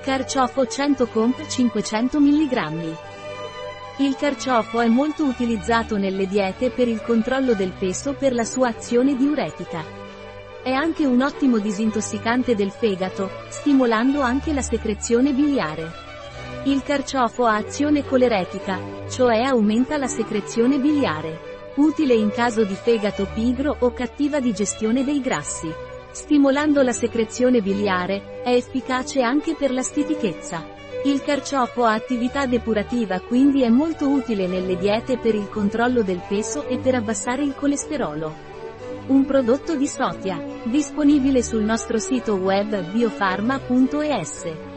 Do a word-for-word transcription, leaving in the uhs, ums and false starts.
Carciofo cento Comp cinquecento milligrammi. Il carciofo è molto utilizzato nelle diete per il controllo del peso per la sua azione diuretica. È anche un ottimo disintossicante del fegato, stimolando anche la secrezione biliare. Il carciofo ha azione coleretica, cioè aumenta la secrezione biliare. Utile in caso di fegato pigro o cattiva digestione dei grassi. Stimolando la secrezione biliare, è efficace anche per la stitichezza. Il carciofo ha attività depurativa, quindi è molto utile nelle diete per il controllo del peso e per abbassare il colesterolo. Un prodotto di Sotia, disponibile sul nostro sito web biofarma punto es.